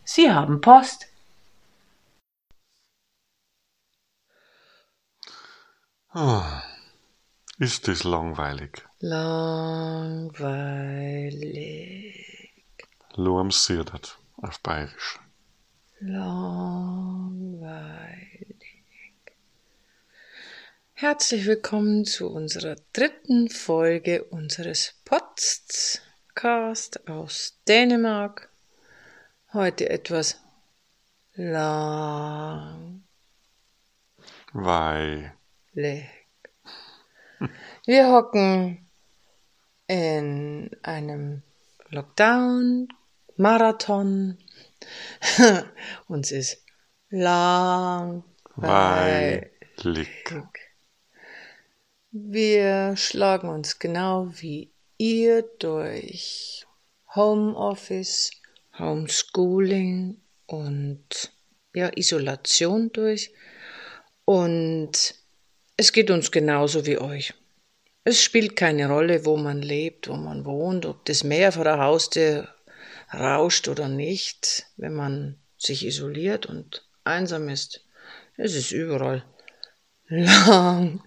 Sie haben Post. Ist es langweilig. Langweilig. Lurms siedert auf Bayerisch. Langweilig. Herzlich willkommen zu unserer 3. Folge unseres Podcasts aus Dänemark. Heute etwas langweilig. Wir hocken in einem Lockdown-Marathon. Uns ist langweilig. Wir schlagen uns genau wie ihr durch Homeoffice, Homeschooling und Isolation durch. Und es geht uns genauso wie euch. Es spielt keine Rolle, wo man lebt, wo man wohnt, ob das Meer vor der Haustür rauscht oder nicht, wenn man sich isoliert und einsam ist. Es ist überall langweilig.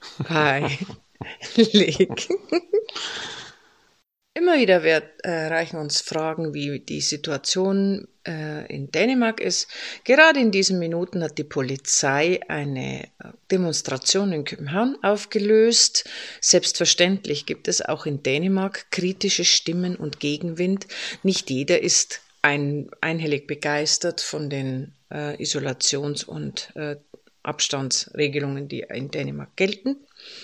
Immer wieder erreichen uns Fragen, wie die Situation in Dänemark ist. Gerade in diesen Minuten hat die Polizei eine Demonstration in København aufgelöst. Selbstverständlich gibt es auch in Dänemark kritische Stimmen und Gegenwind. Nicht jeder ist einhellig begeistert von den Isolations- und Abstandsregelungen, die in Dänemark gelten.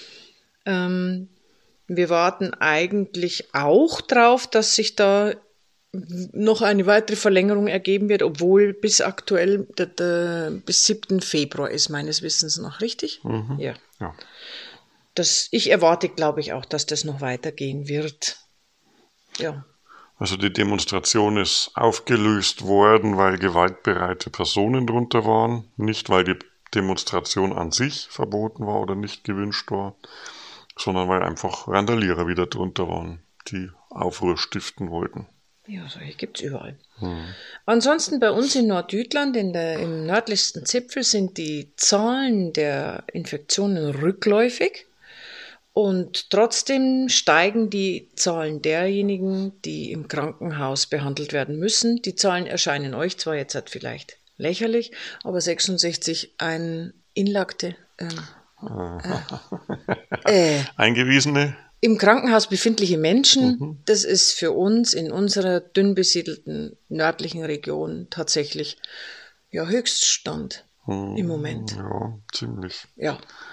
Wir warten eigentlich auch drauf, dass sich da noch eine weitere Verlängerung ergeben wird, obwohl bis aktuell bis 7. Februar ist meines Wissens noch, richtig? Mhm. Ja. Ja. Ich erwarte, glaube ich, auch, dass das noch weitergehen wird. Ja. Also die Demonstration ist aufgelöst worden, weil gewaltbereite Personen drunter waren, nicht weil die Demonstration an sich verboten war oder nicht gewünscht war, sondern weil einfach Randalierer wieder drunter waren, die Aufruhr stiften wollten. Ja, solche gibt es überall. Ansonsten bei uns in Nordjütland, im nördlichsten Zipfel, sind die Zahlen der Infektionen rückläufig und trotzdem steigen die Zahlen derjenigen, die im Krankenhaus behandelt werden müssen. Die Zahlen erscheinen euch zwar jetzt vielleicht lächerlich, aber 66 Einlagte, Eingewiesene? im Krankenhaus befindliche Menschen, das ist für uns in unserer dünn besiedelten nördlichen Region tatsächlich Höchststand im Moment. Ja, ziemlich. Ja.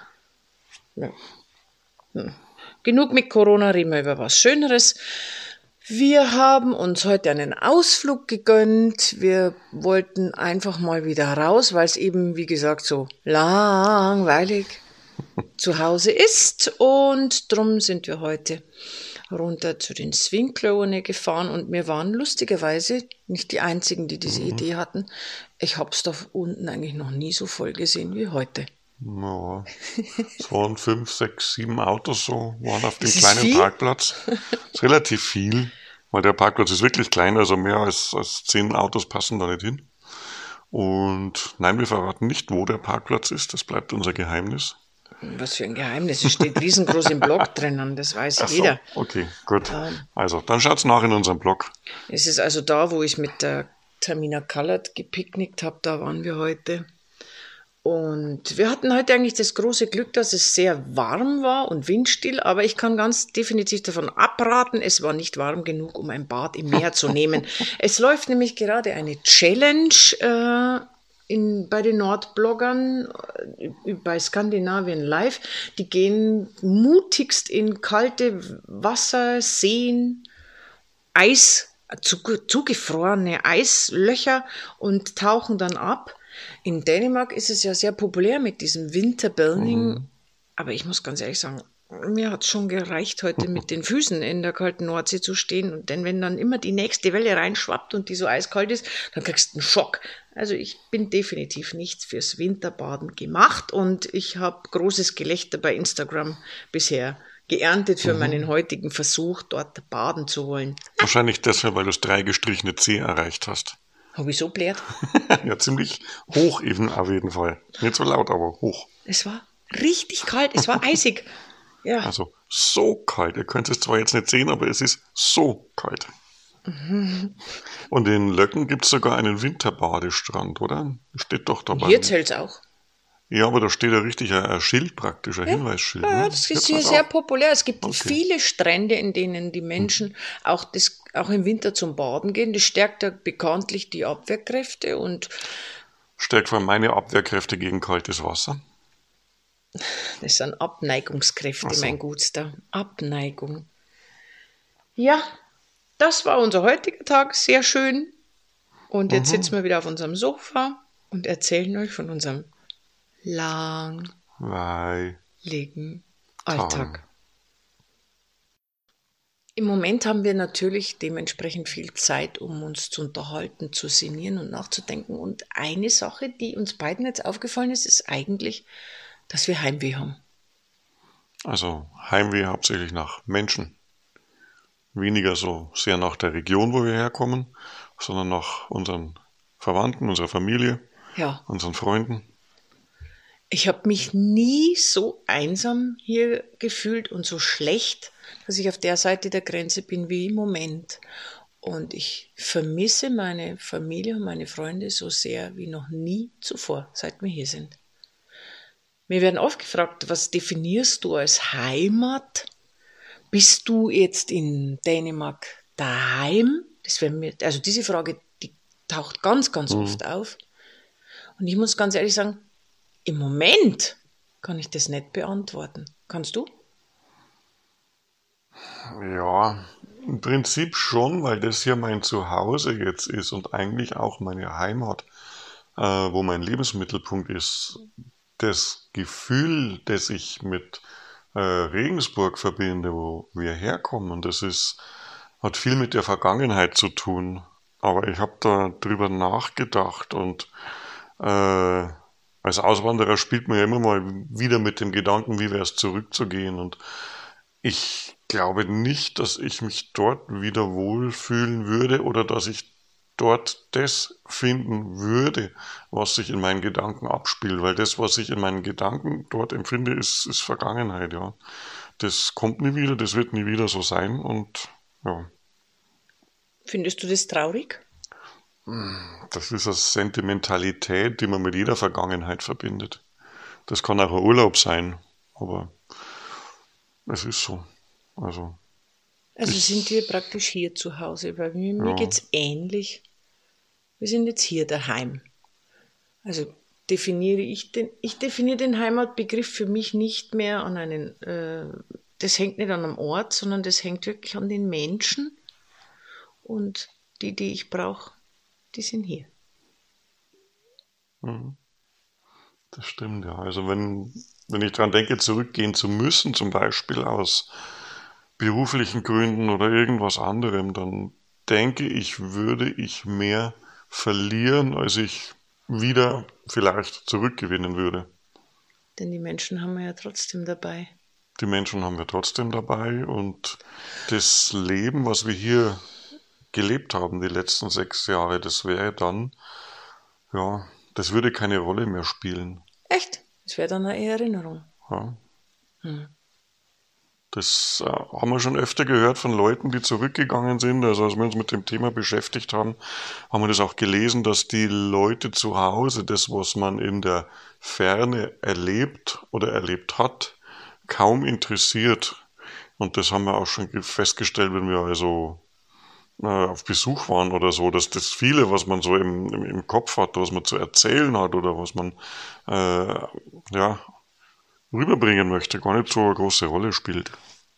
Genug mit Corona, reden wir über was Schöneres. Wir haben uns heute einen Ausflug gegönnt. Wir wollten einfach mal wieder raus, weil es eben, wie gesagt, so langweilig zu Hause ist. Und drum sind wir heute runter zu den Svinkloene gefahren. Und wir waren lustigerweise nicht die Einzigen, die diese Idee hatten. Ich habe es da unten eigentlich noch nie so voll gesehen wie heute. Ja, es waren 5, 6, 7 Autos waren auf dem Ist es kleinen viel? Parkplatz. Das ist relativ viel, weil der Parkplatz ist wirklich klein, also mehr als 10 Autos passen da nicht hin. Und nein, wir verraten nicht, wo der Parkplatz ist, das bleibt unser Geheimnis. Was für ein Geheimnis. Es steht riesengroß im Blog drinnen, das weiß Ach so, jeder. okay, gut. Also, dann schaut's nach in unserem Blog. Es ist also da, wo ich mit der Tamina Colored gepicknickt habe, da waren wir heute. Und wir hatten heute eigentlich das große Glück, dass es sehr warm war und windstill, aber ich kann ganz definitiv davon abraten, es war nicht warm genug, um ein Bad im Meer zu nehmen. Es läuft nämlich gerade eine Challenge bei den Nordbloggern, bei Skandinavien Live. Die gehen mutigst in kalte Wasser, Seen, zugefrorene Eislöcher und tauchen dann ab. In Dänemark ist es ja sehr populär mit diesem Winterburning, aber ich muss ganz ehrlich sagen, mir hat es schon gereicht, heute mit den Füßen in der kalten Nordsee zu stehen. Und denn wenn dann immer die nächste Welle reinschwappt und die so eiskalt ist, dann kriegst du einen Schock. Also ich bin definitiv nicht fürs Winterbaden gemacht und ich habe großes Gelächter bei Instagram bisher geerntet für meinen heutigen Versuch, dort baden zu wollen. Wahrscheinlich deshalb, weil du das 3 gestrichene C erreicht hast. Habe ich so blärt? Ja, ziemlich hoch eben auf jeden Fall. Nicht so laut, aber hoch. Es war richtig kalt, es war eisig. Ja. Also so kalt. Ihr könnt es zwar jetzt nicht sehen, aber es ist so kalt. Und in Löcken gibt es sogar einen Winterbadestrand, oder? Steht doch dabei. Hier zählt es auch. Ja, aber da steht ja richtig ein Schild praktisch, ein Hinweisschild. Ja, Ne? das ist Jetzt hier war's sehr auch. populär. Es gibt Okay. viele Strände, in denen die Menschen auch im Winter zum Baden gehen. Das stärkt ja bekanntlich die Abwehrkräfte und Stärkt vor allem meine Abwehrkräfte gegen kaltes Wasser. das sind Abneigungskräfte, Ach so. mein Gutster. Abneigung. Ja, das war unser heutiger Tag. Sehr schön. Und jetzt sitzen wir wieder auf unserem Sofa und erzählen euch von unserem Weil langweiligen Alltag. Im Moment haben wir natürlich dementsprechend viel Zeit, um uns zu unterhalten, zu sinnieren und nachzudenken. Und eine Sache, die uns beiden jetzt aufgefallen ist, ist eigentlich, dass wir Heimweh haben. Also Heimweh hauptsächlich nach Menschen. Weniger so sehr nach der Region, wo wir herkommen, sondern nach unseren Verwandten, unserer Familie, Ja, unseren Freunden. ich habe mich nie so einsam hier gefühlt und so schlecht, dass ich auf der Seite der Grenze bin wie im Moment. Und ich vermisse meine Familie und meine Freunde so sehr wie noch nie zuvor, seit wir hier sind. Wir werden oft gefragt, was definierst du als Heimat? Bist du jetzt in Dänemark daheim? Also diese Frage, die taucht ganz, ganz oft auf. Und ich muss ganz ehrlich sagen, im Moment kann ich das nicht beantworten. Kannst du? Ja, im Prinzip schon, weil das hier mein Zuhause jetzt ist und eigentlich auch meine Heimat, wo mein Lebensmittelpunkt ist. Das Gefühl, das ich mit Regensburg verbinde, wo wir herkommen, und hat viel mit der Vergangenheit zu tun. Aber ich habe da drüber nachgedacht und als Auswanderer spielt man ja immer mal wieder mit dem Gedanken, wie wäre es zurückzugehen. Und ich glaube nicht, dass ich mich dort wieder wohlfühlen würde oder dass ich dort das finden würde, was sich in meinen Gedanken abspielt. Weil das, was ich in meinen Gedanken dort empfinde, ist Vergangenheit, ja. Das kommt nie wieder, das wird nie wieder so sein und ja. Findest du das traurig? Das ist eine Sentimentalität, die man mit jeder Vergangenheit verbindet. Das kann auch ein Urlaub sein, aber es ist so. Also, Also sind wir praktisch hier zu Hause, weil mir ja. geht es ähnlich. Wir sind jetzt hier daheim. Also ich definiere den Heimatbegriff für mich nicht mehr an das hängt nicht an einem Ort, sondern das hängt wirklich an den Menschen. Und die ich brauche, die sind hier. Das stimmt, ja. Also wenn ich daran denke, zurückgehen zu müssen, zum Beispiel aus beruflichen Gründen oder irgendwas anderem, dann denke ich, würde ich mehr verlieren, als ich wieder vielleicht zurückgewinnen würde. Denn die Menschen haben wir ja trotzdem dabei. Die Menschen haben wir trotzdem dabei und das Leben, was wir hier gelebt haben, die letzten 6 Jahre, das wäre dann, ja, das würde keine Rolle mehr spielen. Echt? Das wäre dann eine Erinnerung. Ja. Das haben wir schon öfter gehört von Leuten, die zurückgegangen sind. Also als wir uns mit dem Thema beschäftigt haben, haben wir das auch gelesen, dass die Leute zu Hause, das, was man in der Ferne erlebt oder erlebt hat, kaum interessiert. Und das haben wir auch schon festgestellt, wenn wir also auf Besuch waren oder so, dass das viele, was man so im Kopf hat, was man zu erzählen hat oder was man ja, rüberbringen möchte, gar nicht so eine große Rolle spielt.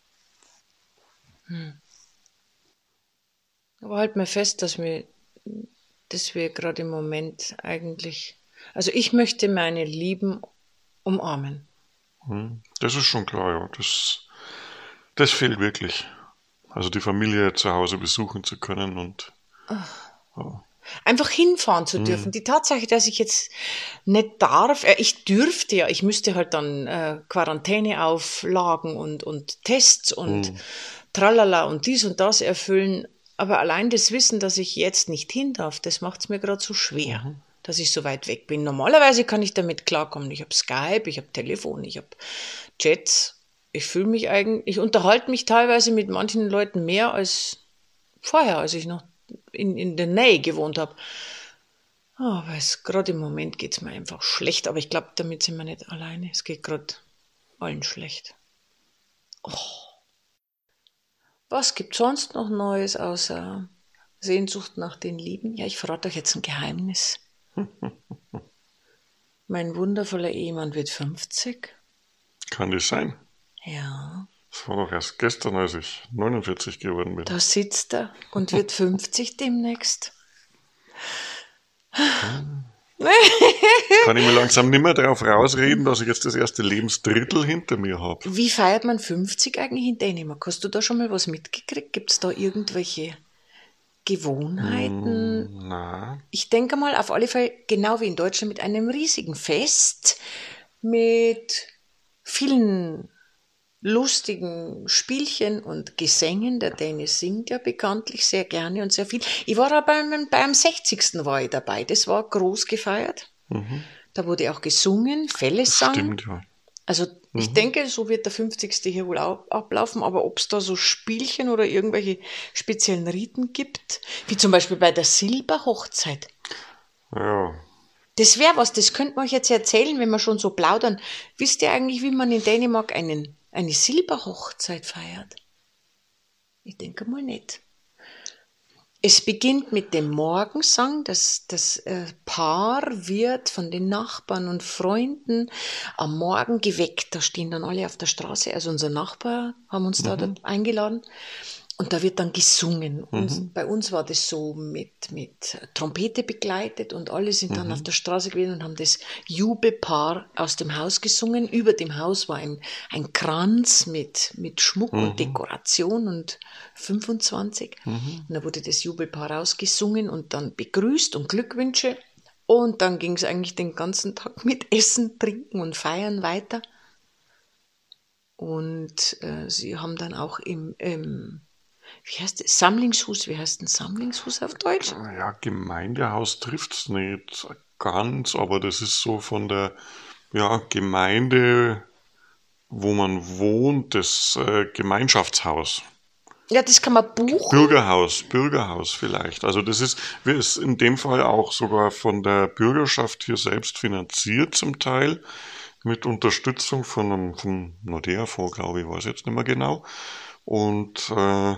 Aber halt mal fest, dass wir gerade im Moment eigentlich, also ich möchte meine Lieben umarmen. Das ist schon klar, ja. Das fehlt wirklich. Also die Familie zu Hause besuchen zu können und Einfach hinfahren zu dürfen. Die Tatsache, dass ich jetzt nicht darf, ich dürfte ja, ich müsste halt dann Quarantäneauflagen und Tests und tralala und dies und das erfüllen. Aber allein das Wissen, dass ich jetzt nicht hin darf, das macht es mir gerade so schwer, dass ich so weit weg bin. Normalerweise kann ich damit klarkommen. Ich habe Skype, ich habe Telefon, ich habe Chats. Ich unterhalte mich teilweise mit manchen Leuten mehr als vorher, als ich noch in der Nähe gewohnt habe. Aber gerade im Moment geht es mir einfach schlecht. Aber ich glaube, damit sind wir nicht alleine. Es geht gerade allen schlecht. Was gibt sonst noch Neues außer Sehnsucht nach den Lieben? Ja, ich verrate euch jetzt ein Geheimnis. Mein wundervoller Ehemann wird 50. Kann das sein? Ja. Das war doch erst gestern, als ich 49 geworden bin. Da sitzt er und wird 50 demnächst. Kann ich mir langsam nicht mehr darauf rausreden, dass ich jetzt das erste Lebensdrittel hinter mir habe. Wie feiert man 50 eigentlich in Dänemark? Hast du da schon mal was mitgekriegt? Gibt es da irgendwelche Gewohnheiten? Na, Ich denke mal, auf alle Fälle, genau wie in Deutschland, mit einem riesigen Fest, mit vielen lustigen Spielchen und Gesängen. Der Däne singt ja bekanntlich sehr gerne und sehr viel. Ich war aber beim 60. war ich dabei. Das war groß gefeiert. Da wurde auch gesungen, Fellessang. stimmt ja. Also ich denke, so wird der 50. hier wohl auch ablaufen, aber ob es da so Spielchen oder irgendwelche speziellen Riten gibt, wie zum Beispiel bei der Silberhochzeit. Ja, Das wäre was, das könnte man euch jetzt erzählen, wenn wir schon so plaudern. Wisst ihr eigentlich, wie man in Dänemark eine Silberhochzeit feiert? Ich denke mal nicht. Es beginnt mit dem Morgensang. Das Paar wird von den Nachbarn und Freunden am Morgen geweckt. Da stehen dann alle auf der Straße. Also unser Nachbar haben uns da eingeladen. Und da wird dann gesungen. Und bei uns war das so mit Trompete begleitet und alle sind dann auf der Straße gewesen und haben das Jubelpaar aus dem Haus gesungen. Über dem Haus war ein Kranz mit Schmuck und Dekoration und 25. Und da wurde das Jubelpaar rausgesungen und dann begrüßt und Glückwünsche. Und dann ging es eigentlich den ganzen Tag mit Essen, Trinken und Feiern weiter. Und sie haben dann auch im wie heißt das? Sammlingshus, wie heißt ein Sammlingshus auf Deutsch? ja, Gemeindehaus trifft's nicht ganz, aber das ist so von der Gemeinde, wo man wohnt, das Gemeinschaftshaus. Ja, das kann man buchen. Bürgerhaus vielleicht. Also das ist in dem Fall auch sogar von der Bürgerschaft hier selbst finanziert zum Teil, mit Unterstützung vom Nordea-Fonds, glaube ich, weiß jetzt nicht mehr genau. Und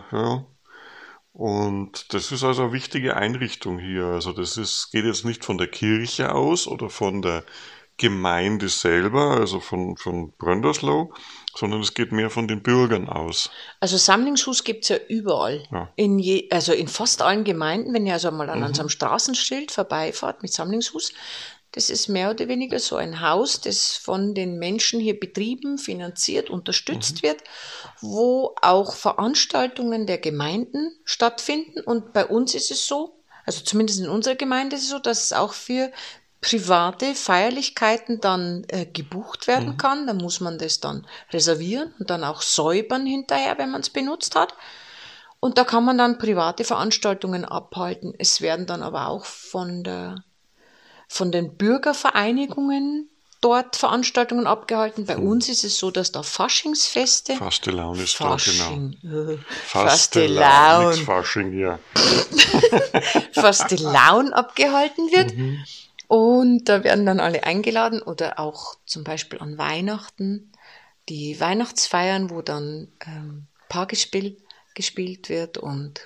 und das ist also eine wichtige Einrichtung hier. Also geht jetzt nicht von der Kirche aus oder von der Gemeinde selber, also von Brønderslev, sondern es geht mehr von den Bürgern aus. Also Sammlingshus gibt es ja überall. Ja. Also in fast allen Gemeinden, wenn ihr also mal an unserem Straßenschild vorbeifahrt mit Sammlingshus, das ist mehr oder weniger so ein Haus, das von den Menschen hier betrieben, finanziert, unterstützt wird, wo auch Veranstaltungen der Gemeinden stattfinden. Und bei uns ist es so, also zumindest in unserer Gemeinde ist es so, dass es auch für private Feierlichkeiten dann gebucht werden kann. Da muss man das dann reservieren und dann auch säubern hinterher, wenn man es benutzt hat. Und da kann man dann private Veranstaltungen abhalten. Es werden dann aber auch von den Bürgervereinigungen dort Veranstaltungen abgehalten. Bei uns ist es so, dass da Faschingsfeste... Fastelavn ist da, genau. Fastelavn. Nichts Fasching hier. Fastelavn abgehalten wird. Und da werden dann alle eingeladen oder auch zum Beispiel an Weihnachten die Weihnachtsfeiern, wo dann Paargespiel gespielt wird und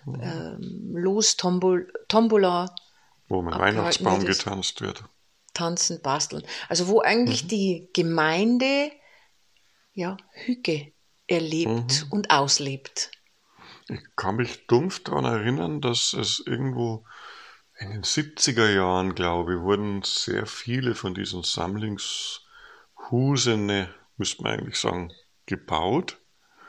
Tombola, Wo mit Weihnachtsbaum getanzt wird. Tanzen, basteln. Also wo eigentlich die Gemeinde Hüge erlebt und auslebt. Ich kann mich dumpf daran erinnern, dass es irgendwo in den 70er Jahren, glaube ich, wurden sehr viele von diesen Sammlingshusene, müsste man eigentlich sagen, gebaut.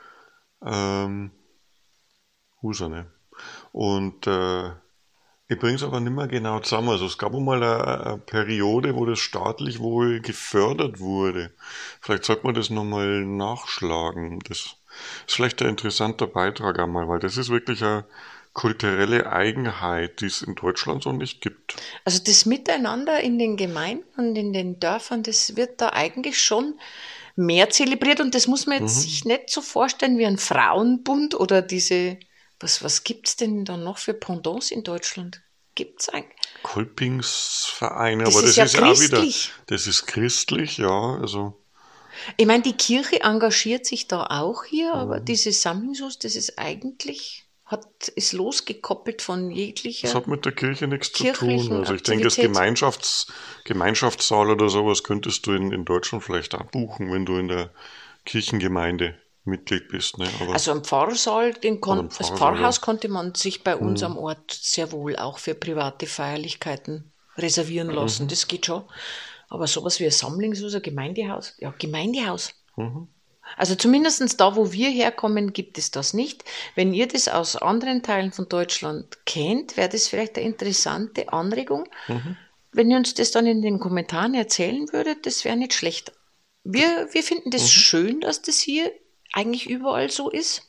Husene. Und ich bringe es aber nicht mehr genau zusammen. Also es gab mal eine Periode, wo das staatlich wohl gefördert wurde. Vielleicht sollte man das nochmal nachschlagen. Das ist vielleicht ein interessanter Beitrag einmal, weil das ist wirklich eine kulturelle Eigenheit, die es in Deutschland so nicht gibt. Also das Miteinander in den Gemeinden und in den Dörfern, das wird da eigentlich schon mehr zelebriert und das muss man jetzt sich nicht so vorstellen wie ein Frauenbund oder diese, was gibt's denn da noch für Pendants in Deutschland? Gibt's eigentlich? Kolpingsvereine, Das aber ist das ja ist auch wieder, christlich. das ist christlich, ja, also. Ich meine, die Kirche engagiert sich da auch hier, aber dieses Sammelshus, das ist eigentlich, ist losgekoppelt von Das jeglicher hat mit der Kirche nichts zu tun. kirchlichen Also ich denke, das Aktivität. Gemeinschaftssaal oder sowas könntest du in Deutschland vielleicht auch buchen, wenn du in der Kirchengemeinde Mitglied bist. Ne? Aber, Also im Pfarrsaal, oder im das Pfarrsaal, Pfarrhaus ja. konnte man sich bei uns am Ort sehr wohl auch für private Feierlichkeiten reservieren lassen. Das geht schon. Aber sowas wie ein Sammlungshaus, ein Gemeindehaus, ja, Gemeindehaus. Also zumindest da, wo wir herkommen, gibt es das nicht. Wenn ihr das aus anderen Teilen von Deutschland kennt, wäre das vielleicht eine interessante Anregung. Wenn ihr uns das dann in den Kommentaren erzählen würdet, das wäre nicht schlecht. Wir finden das schön, dass das hier eigentlich überall so ist.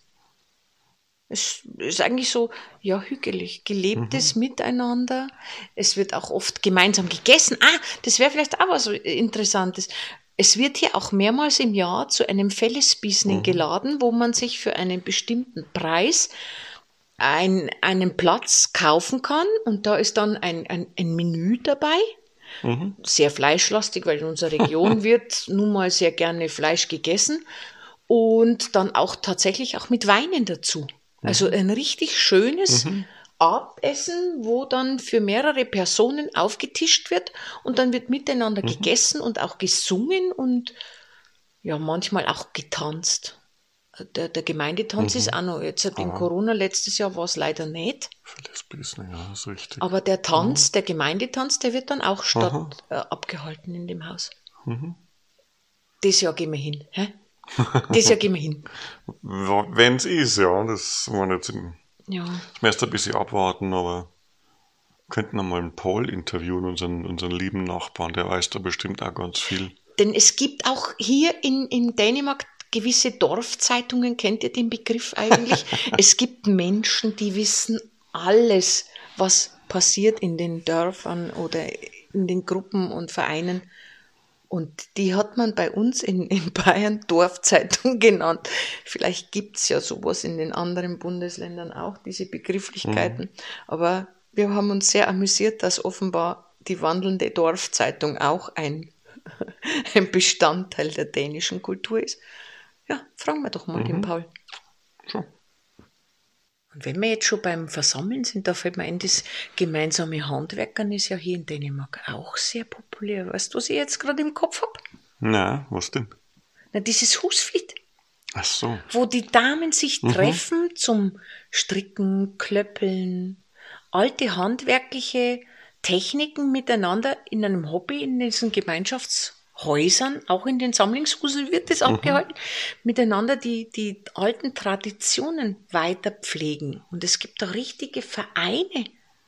Es ist eigentlich so, ja, hügelig, gelebtes Miteinander. Es wird auch oft gemeinsam gegessen. Das wäre vielleicht auch was Interessantes. Es wird hier auch mehrmals im Jahr zu einem Fellesbisning geladen, wo man sich für einen bestimmten Preis einen Platz kaufen kann. Und da ist dann ein Menü dabei. Sehr fleischlastig, weil in unserer Region wird nun mal sehr gerne Fleisch gegessen. Und dann auch tatsächlich auch mit Weinen dazu. Also ein richtig schönes Abendessen, wo dann für mehrere Personen aufgetischt wird und dann wird miteinander gegessen und auch gesungen und ja, manchmal auch getanzt. Der Gemeindetanz ist auch noch, jetzt in Corona letztes Jahr war es leider nicht, Fellesbisning, ja, ist richtig. aber der Tanz, der Gemeindetanz, der wird dann auch abgehalten in dem Haus. Das Jahr gehen wir hin. Hä? Das Jahr gehen wir hin. Wenn es ist, ja, das war jetzt Ja. ich möchte ein bisschen abwarten, aber wir könnten einmal einen Paul interviewen, unseren lieben Nachbarn, der weiß da bestimmt auch ganz viel. Denn es gibt auch hier in Dänemark gewisse Dorfzeitungen, kennt ihr den Begriff eigentlich? Es gibt Menschen, die wissen alles, was passiert in den Dörfern oder in den Gruppen und Vereinen. Und die hat man bei uns in Bayern Dorfzeitung genannt. Vielleicht gibt es ja sowas in den anderen Bundesländern auch, diese Begrifflichkeiten. Aber wir haben uns sehr amüsiert, dass offenbar die wandelnde Dorfzeitung auch ein Bestandteil der dänischen Kultur ist. Ja, fragen wir doch mal den Paul. Schon. Und wenn wir jetzt schon beim Versammeln sind, da fällt mir ein, das gemeinsame Handwerkern ist ja hier in Dänemark auch sehr populär. Weißt du, was ich jetzt gerade im Kopf habe? Na, was denn? Na, dieses Husflied, Ach so. wo die Damen sich treffen zum Stricken, Klöppeln, alte handwerkliche Techniken miteinander in einem Hobby, in diesen Gemeinschaftshäusern, auch in den Sammlungshusen wird das abgehalten, miteinander die alten Traditionen weiter pflegen. Und es gibt da richtige Vereine.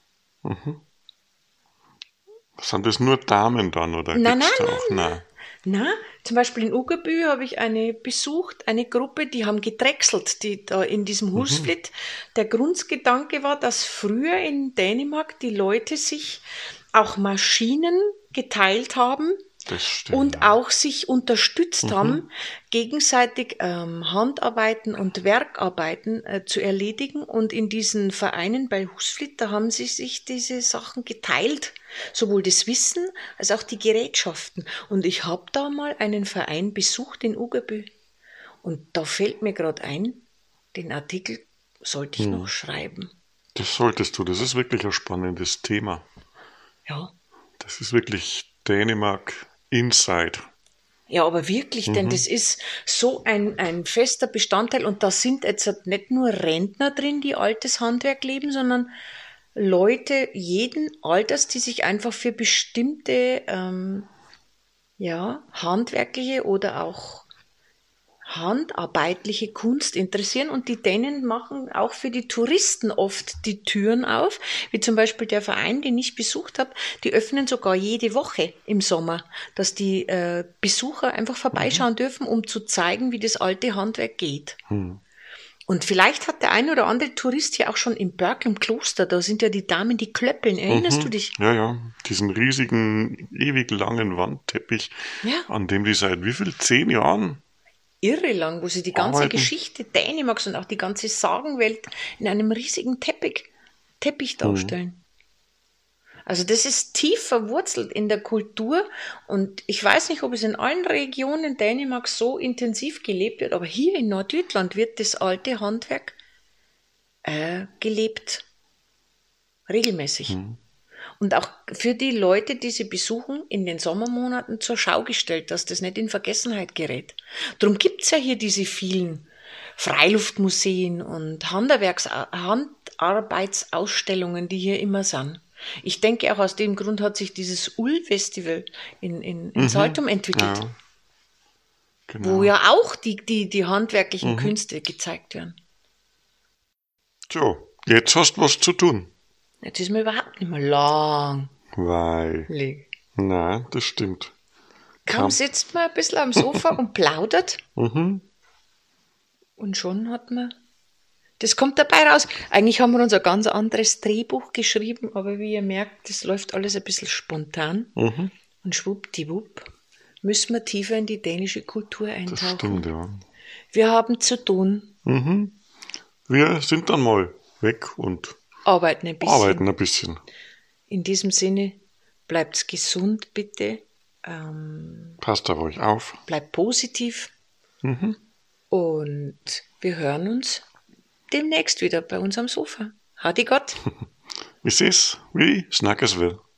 Sind das nur Damen dann, oder Nein, gibt's nein, da auch? Nein. Na, zum Beispiel in Uggebü habe ich eine besucht, eine Gruppe, die haben gedrechselt, die da in diesem Husfliet. Der Grundgedanke war, dass früher in Dänemark die Leute sich auch Maschinen geteilt haben Das stimmt. und auch sich unterstützt haben, gegenseitig Handarbeiten und Werkarbeiten zu erledigen. Und in diesen Vereinen bei Husfliet, da haben sie sich diese Sachen geteilt, sowohl das Wissen als auch die Gerätschaften. Und ich habe da mal einen Verein besucht in Uggebü. Und da fällt mir gerade ein, den Artikel sollte ich noch schreiben. Das solltest du, das ist wirklich ein spannendes Thema. Ja. Das ist wirklich Dänemark Inside. Ja, aber wirklich, denn das ist so ein fester Bestandteil und da sind jetzt nicht nur Rentner drin, die altes Handwerk leben, sondern Leute jeden Alters, die sich einfach für bestimmte handwerkliche oder auch handarbeitliche Kunst interessieren und die Dänen machen auch für die Touristen oft die Türen auf, wie zum Beispiel der Verein, den ich besucht habe, die öffnen sogar jede Woche im Sommer, dass die Besucher einfach vorbeischauen dürfen, um zu zeigen, wie das alte Handwerk geht. Und Und vielleicht hat der ein oder andere Tourist ja auch schon im Berg im Kloster, da sind ja die Damen, die klöppeln. Erinnerst du dich? Ja, ja. Diesen riesigen, ewig langen Wandteppich, Ja. an dem die seit wie viel? 10 Jahren Irre lang, wo sie die ganze arbeiten. Geschichte Dänemarks und auch die ganze Sagenwelt in einem riesigen Teppich darstellen. Also das ist tief verwurzelt in der Kultur und ich weiß nicht, ob es in allen Regionen Dänemarks so intensiv gelebt wird, aber hier in Nordjütland wird das alte Handwerk gelebt. Regelmäßig. Und auch für die Leute, die sie besuchen, in den Sommermonaten zur Schau gestellt, dass das nicht in Vergessenheit gerät. Darum gibt es ja hier diese vielen Freiluftmuseen und Handarbeitsausstellungen, die hier immer sind. Ich denke, auch aus dem Grund hat sich dieses Ul-Festival in Saltum entwickelt, Ja, genau. wo ja auch die handwerklichen Künste gezeigt werden. So, jetzt hast du was zu tun. Jetzt ist mir überhaupt nicht mehr lang. Weil, nein, das stimmt. Kaum sitzt man ein bisschen am Sofa und plaudert. Und schon hat man... Das kommt dabei raus. Eigentlich haben wir uns ein ganz anderes Drehbuch geschrieben, aber wie ihr merkt, das läuft alles ein bisschen spontan. Und schwuppdiwupp müssen wir tiefer in die dänische Kultur eintauchen. Das stimmt, ja. Wir haben zu tun. Wir sind dann mal weg und Arbeiten ein bisschen. In diesem Sinne, bleibt gesund, bitte. Passt auf euch auf. Bleibt positiv. Und wir hören uns demnächst wieder bei uns am Sofa. Hadi Gott. Vi ses. Vi snakkes ved.